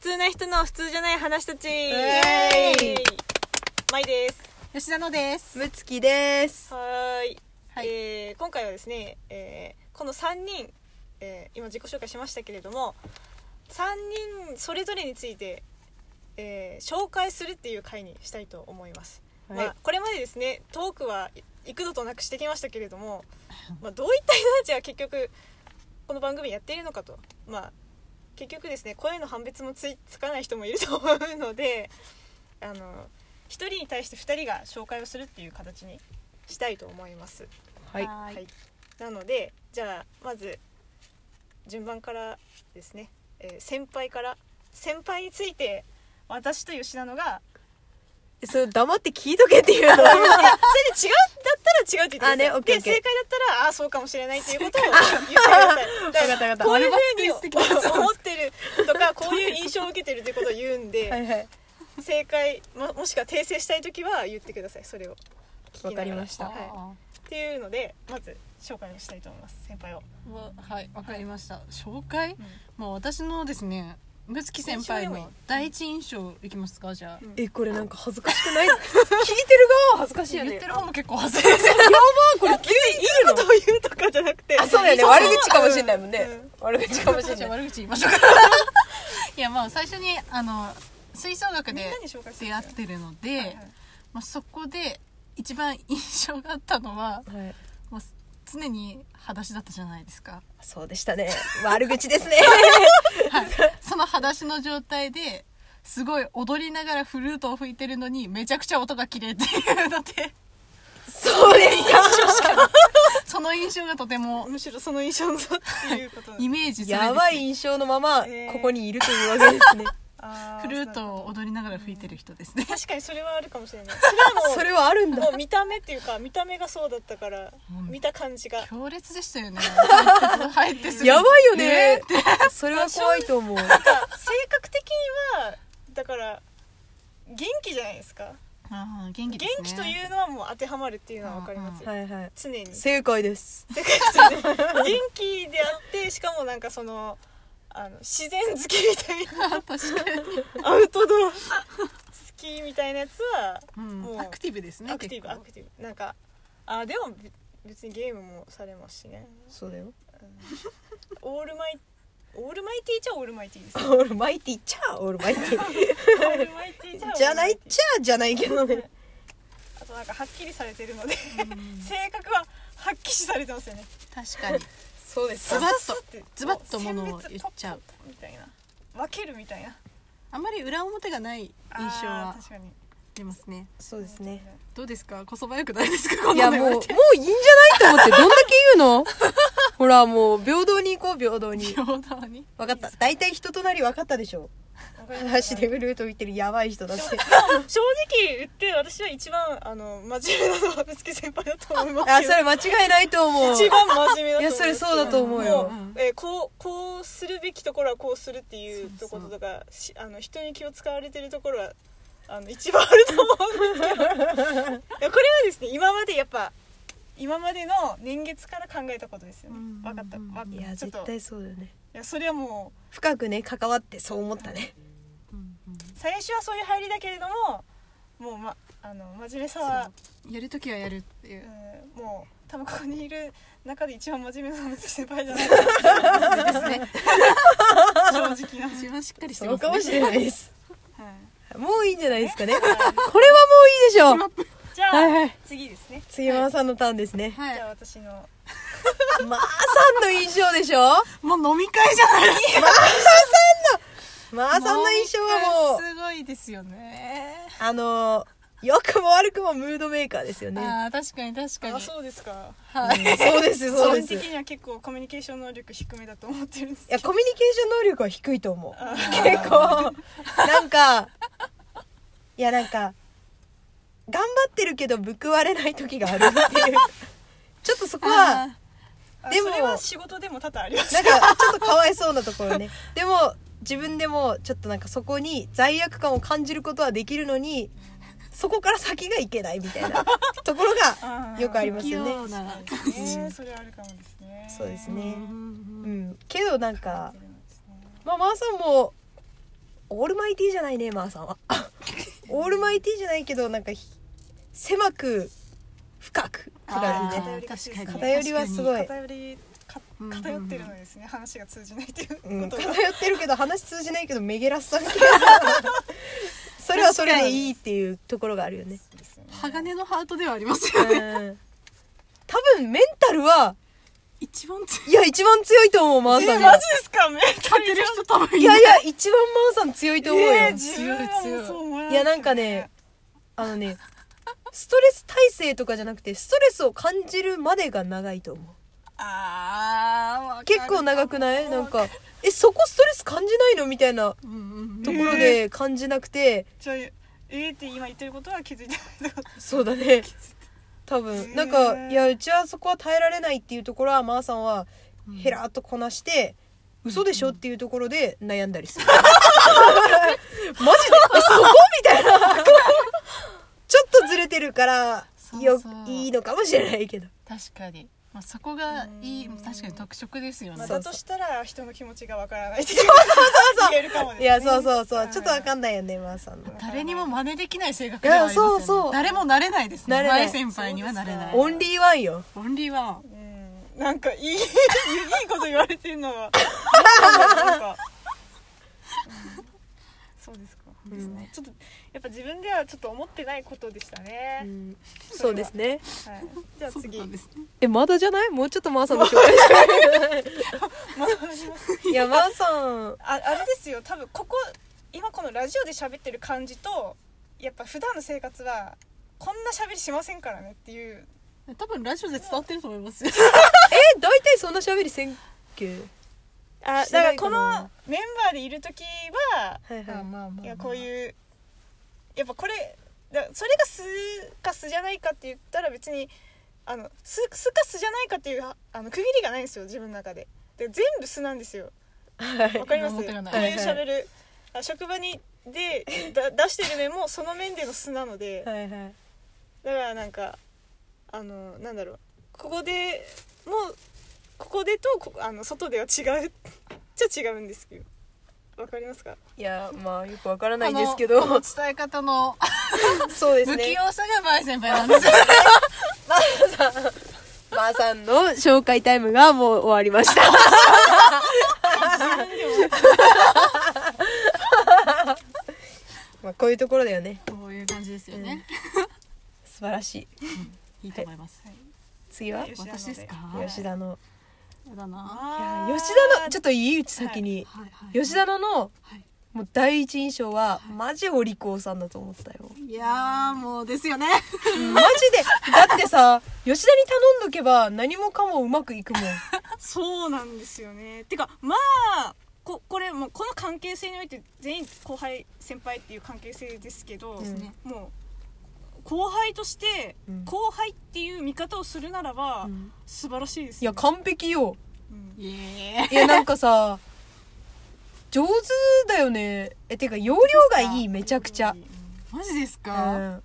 通な人の普通じゃない話たち、イエーイ。 まいです。 吉田のです。 むつきです。 はい、 はい。 今回はですね、この3人、今自己紹介しましたけれども、3人それぞれについて、紹介するっていう回にしたいと思います。 はい。 まあ、これまでですね、トークは幾度となくしてきましたけれども、まあ、どういった人たちが結局この番組やっているのかと、まあ結局ですね、声の判別もつかない人もいると思うので、1人に対して2人が紹介をするっていう形にしたいと思います。 はい。 はい、なのでじゃあまず順番からですね、先輩について私と吉田のがそれ黙って聞いとけっていうの。 それで違うだったら違うって言ってください。 ね、オッケーオッケー。 で正解だったらそうかもしれないっていうことを言ってください。だからこういう風に思ってるとかこういう印象を受けてるってことを言うんで、 はいはい。 正解 もしくは訂正したいときは言ってください。それを聞きながら。 わかりました。 はい、っていうのでまず紹介をしたいと思います。先輩を。 はい、わかりました。紹介？もう私のですね、むつき先輩の第一印象いきますか、じゃあ。 これなんか恥ずかしくない？聞いてる側は恥ずかしいよね。 言ってる方も結構恥ずかしい。 やばー、これ別にいいことを言うとかじゃなくて、 そうだよね、悪口かもしれないもんね。悪口かもしれない。 悪口言いましょうか。いや、まあ最初に吹奏楽で出会ってるので、まあそこで一番印象があったのは、もう常に裸足だったじゃないですか。 そうでしたね。悪口ですね。 はい、その裸足の状態ですごい踊りながらフルートを吹いてるのにめちゃくちゃ音が綺麗っていうので、 そうですか。 その印象がとても、 むしろその印象のっていうことイメージするんです。 やばい印象のままここにいるというわけですね。 フルートを踊りながら吹いてる人ですね。 確かにそれはあるかもしれない。 それはあるんだ。 もう見た目っていうか見た目がそうだったから、見た感じが強烈でしたよね。入ってすぐやばいよね。それは怖いと思う。 なんか性格的にはだから元気じゃないですか。 元気ですね。 元気というのはもう当てはまるっていうのは分かりますよ。 はいはい。 常に正解です。 正解ですよね。元気であってしかもなんかその自然好きみたいな確かにアウトドア好きみたいなやつは、もうアクティブですね。 アクティブなんかでも別にゲームもされますしね。 そうだよ。 オールマイティーちゃオールマイティーです、ね、 オールマイティーちゃオールマイティーオールマイティーちゃじゃないっちゃじゃないけどね。 あとなんかはっきりされてるので性格ははっきりされてますよね。 確かにそうです。 ズバッとものを言っちゃうみたいな、分けるみたいな、 あんまり裏表がない印象は確かに出ますね。 そうですね。 どうですか、こそばよくないですか。 いやもういいんじゃないと思って。どんだけ言うの。ほらもう平等に行こう。平等に平等に。 分かった。大体人となり分かったでしょ。話でフルート吹いてるやばい人だって。 正直言って私は一番真面目なのはぶつけ先輩だと思いますよ。 それ間違いないと思う。 一番真面目だと思う。 いやそれそうだと思うよ。 こうするべきところはこうするっていうところとか、人に気を使われてるところは一番あると思うんですけどいやこれはですね、今までの年月から考えたことですよね。分かった。 いや絶対そうだよね。 いやそれはもう深くね関わってそう思ったね。 最初はそういう入りだけれども、もう真面目さはやるときはやるっていう、 もう多分ここにいる中で一番真面目なむつき先輩じゃないかなですね。正直な一番しっかりしてそうますね。 かもしれないです。もういいんじゃないですかね。これはもういいでしょう。 じゃあ次ですね。 次まーさんのターンですね。 じゃあ私のまーさんの印象でしょ。 もう飲み会じゃないですか。 まーさんの印象はもうすごいですよね。 良くも悪くもムードメーカーですよね。 確かに。 そうですか。 はい。そうですそうです。 個人的には結構コミュニケーション能力低めだと思ってるんですけど。 いやコミュニケーション能力は低いと思う。結構なんか頑張ってるけど報われない時があるっていう。ちょっとそこはでもそれは仕事でも多々あります。 なんかちょっとかわいそうなところね。でも自分でもちょっとなんかそこに罪悪感を感じることはできるのに、そこから先がいけないみたいなところがよくありますよね。 それはあるかもですね。 そうですね。けどなんかまあさんもオールマイティーじゃないねマーさんはオールマイティーじゃないけどなんか狭く深くって感じね。偏りはすごい偏ってるのですね、話が通じないっていうことが、 偏ってるけど話通じないけどめげらすさん気がするそれはそれでいいっていうところがあるよね。 鋼のハートではありますよね、 多分メンタルは一番強い。 いや一番強いと思うマーさんが。 マジですか？メンタル立てる人多分いやいや一番マーさん強いと思うよ、 自分はもうそう思いますね。 いやなんかねストレス耐性とかじゃなくてストレスを感じるまでが長いと思う。結構長くない？なんかそこストレス感じないのみたいなところで感じなくて、 じゃあって今言ってることは気づいてないってこと？ そうだね多分なんかいやうちはそこは耐えられないっていうところはマーさんはヘラーっとこなして、嘘でしょっていうところで悩んだりするマジでそこみたいなちょっとずれてるからいいのかもしれないけど、 確かに、まあ、そこがいい、確かに特色ですよね。 だとしたら人の気持ちがわからないってそう言えるかもですね。 いやそうちょっとわかんないよねマーさんの。 誰にも真似できない性格ではありますよね。 そう誰もなれないですね。 なれない前先輩にはなれない。 オンリーワンよ。 オンリーワン。 なんかいいこと言われてるのはなんか、そうですか、ですね。ちょっとやっぱ自分ではちょっと思ってないことでしたね。 そうですね。 はい。じゃあ次。 まだじゃない？もうちょっとマーさんの紹介していやマーさんあれですよ。多分今このラジオで喋ってる感じとやっぱ普段の生活はこんな喋りしませんからねっていう。 多分ラジオで伝わってると思いますよ大体そんな喋りせんけ。 だからこのメンバーでいる時は、いやこういうやっぱこれそれが素か素じゃないかって言ったら別に素か素じゃないかっていう区切りがないんですよ自分の中で。全部素なんですよ。わかります？こういう喋る職場にで出してる面もその面での素なので、だからなんかなんだろう、ここでと外では違うっちゃ違うんですけど、わかりますか？ いやまあよくわからないですけど、 この伝え方のそうですね、 不器用さが前先輩なんですよマーさんの紹介タイムがもう終わりましたまあこういうところだよね。 こういう感じですよね、 素晴らしい、 いいと思います、 次は私ですか？ 吉田のやだな。 いや吉田のちょっといいうち先に、吉田のもう第一印象は、マジお利口さんだと思ったよ。 いやーもうですよねマジでだってさ吉田に頼んどけば何もかもうまくいくもんそうなんですよね。てかまあこれもうこの関係性において全員後輩先輩っていう関係性ですけど、もう後輩として後輩っていう見方をするならば、素晴らしいです、ね、 いや完璧よ、 いやなんかさ上手だよね。てか容量がいい、めちゃくちゃ。 マジですか？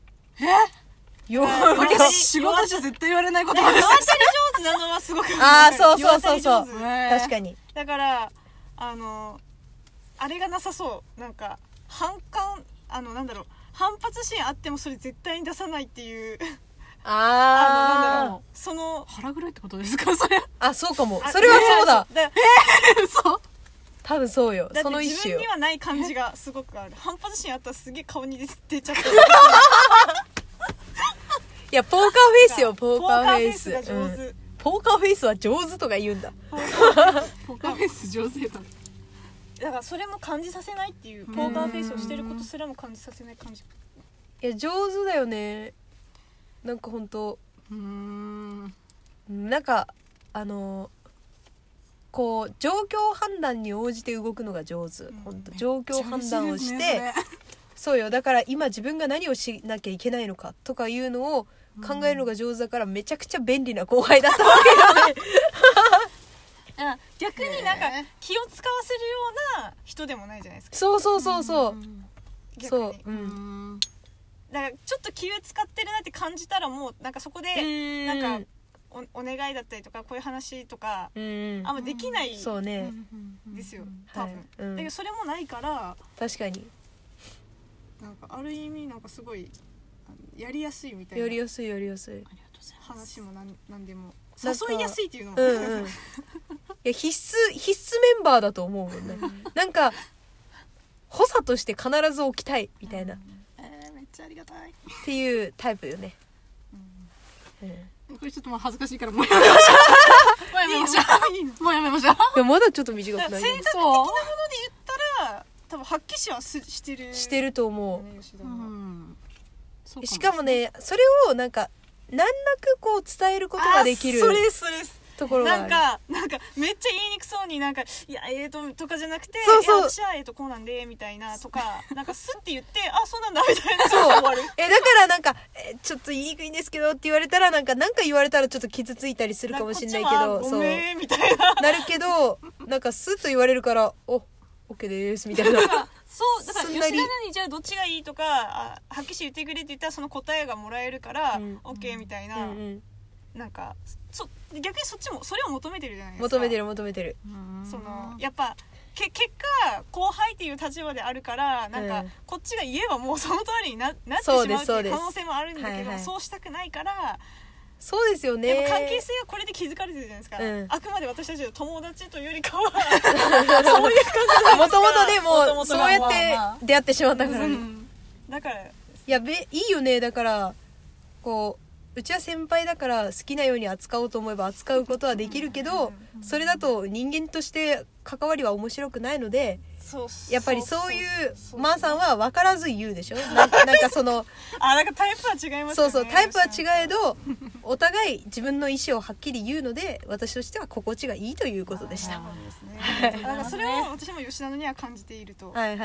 私仕事じゃ絶対言われないことです。 世話しり上手なのはすごくそう確かに。 だからあれがなさそう。なんかなんだろう、反発心あってもそれ絶対に出さないっていうなんだろう、その腹黒いってことですかそれ？ そうかも。それはそうだ。 そう多分そうよ。 だってその一種よ。 自分にはない感じがすごくある。反発心あったらすげえ顔に出ちゃったいやポーカーフェイスよ。ポーカーフェイスが上手、 ポーカーフェイスは上手とか言うんだ。 ポーカーフェイス上手だ。 だからそれも感じさせないっていう、ポーカーフェイスをしてることすらも感じさせない感じ。 いや上手だよね。なんかほんとなんかこう状況判断に応じて動くのが上手。本当状況判断をして、そうよ。だから今自分が何をしなきゃいけないのかとかいうのを考えるのが上手だからめちゃくちゃ便利な後輩だったわけよね逆になんか気を使わせるような人でもないじゃないですか。 そう逆にだからちょっと気を使ってるなって感じたらもうなんかそこでなんかお願いだったりとかこういう話とか、 うん、 あんまできないそうねですよ多分、 はいうん、 だけどそれもないから確かになんかある意味なんかすごいやりやすいみたいなやりやすい話もなんでも誘いやすいっていうのも、 うんうん、いや必須メンバーだと思うもんねなんか補佐として必ず置きたいみたいな、 めっちゃありがたいっていうタイプよね、 これちょっともう恥ずかしいからもうやめましょうもうやめましょういやまだちょっと短くない性格的なもので言ったら多分発揮しはしてると思う、 吉田はしかもねそれをなんか難なくこう伝えることができるそれですところがあるなんかめっちゃ言いにくそうになんかいやとかじゃなくてそういや私はこうなんでみたいなとかなんかスッて言ってあそうなんだみたいなそう終わるだからなんかちょっと言いにくいんですけどって言われたらなんか言われたらちょっと傷ついたりするかもしれないけどごめんみたいななるけどなんかスッと言われるからお OK ですみたいなそうだから吉田にじゃあどっちがいいとかはっきり言ってくれって言ったらその答えがもらえるから、OK みたいな、なんか逆にそっちもそれを求めてるじゃないですか求めてるそのやっぱ結果後輩っていう立場であるからなんか、こっちが言えばもうその通りになってしまうっていう可能性もあるんだけどそうしたくないからそうですよねやっぱ関係性はこれで築かれてるじゃないですか、あくまで私たちの友達というよりかはそういう感じもともとでもそうやって出会ってしまったから、 だからいやいいよねだからこうちは先輩だから好きなように扱おうと思えば扱うことはできるけどそれだと人間として関わりは面白くないのでやっぱりそういうマーさんは分からず言うでしょなんかそのなんかタイプは違いますよねそうタイプは違えどお互い自分の意思をはっきり言うので私としては心地がいいということでした。 そうですね、だからそれを私も吉田のには感じていると。 はいはい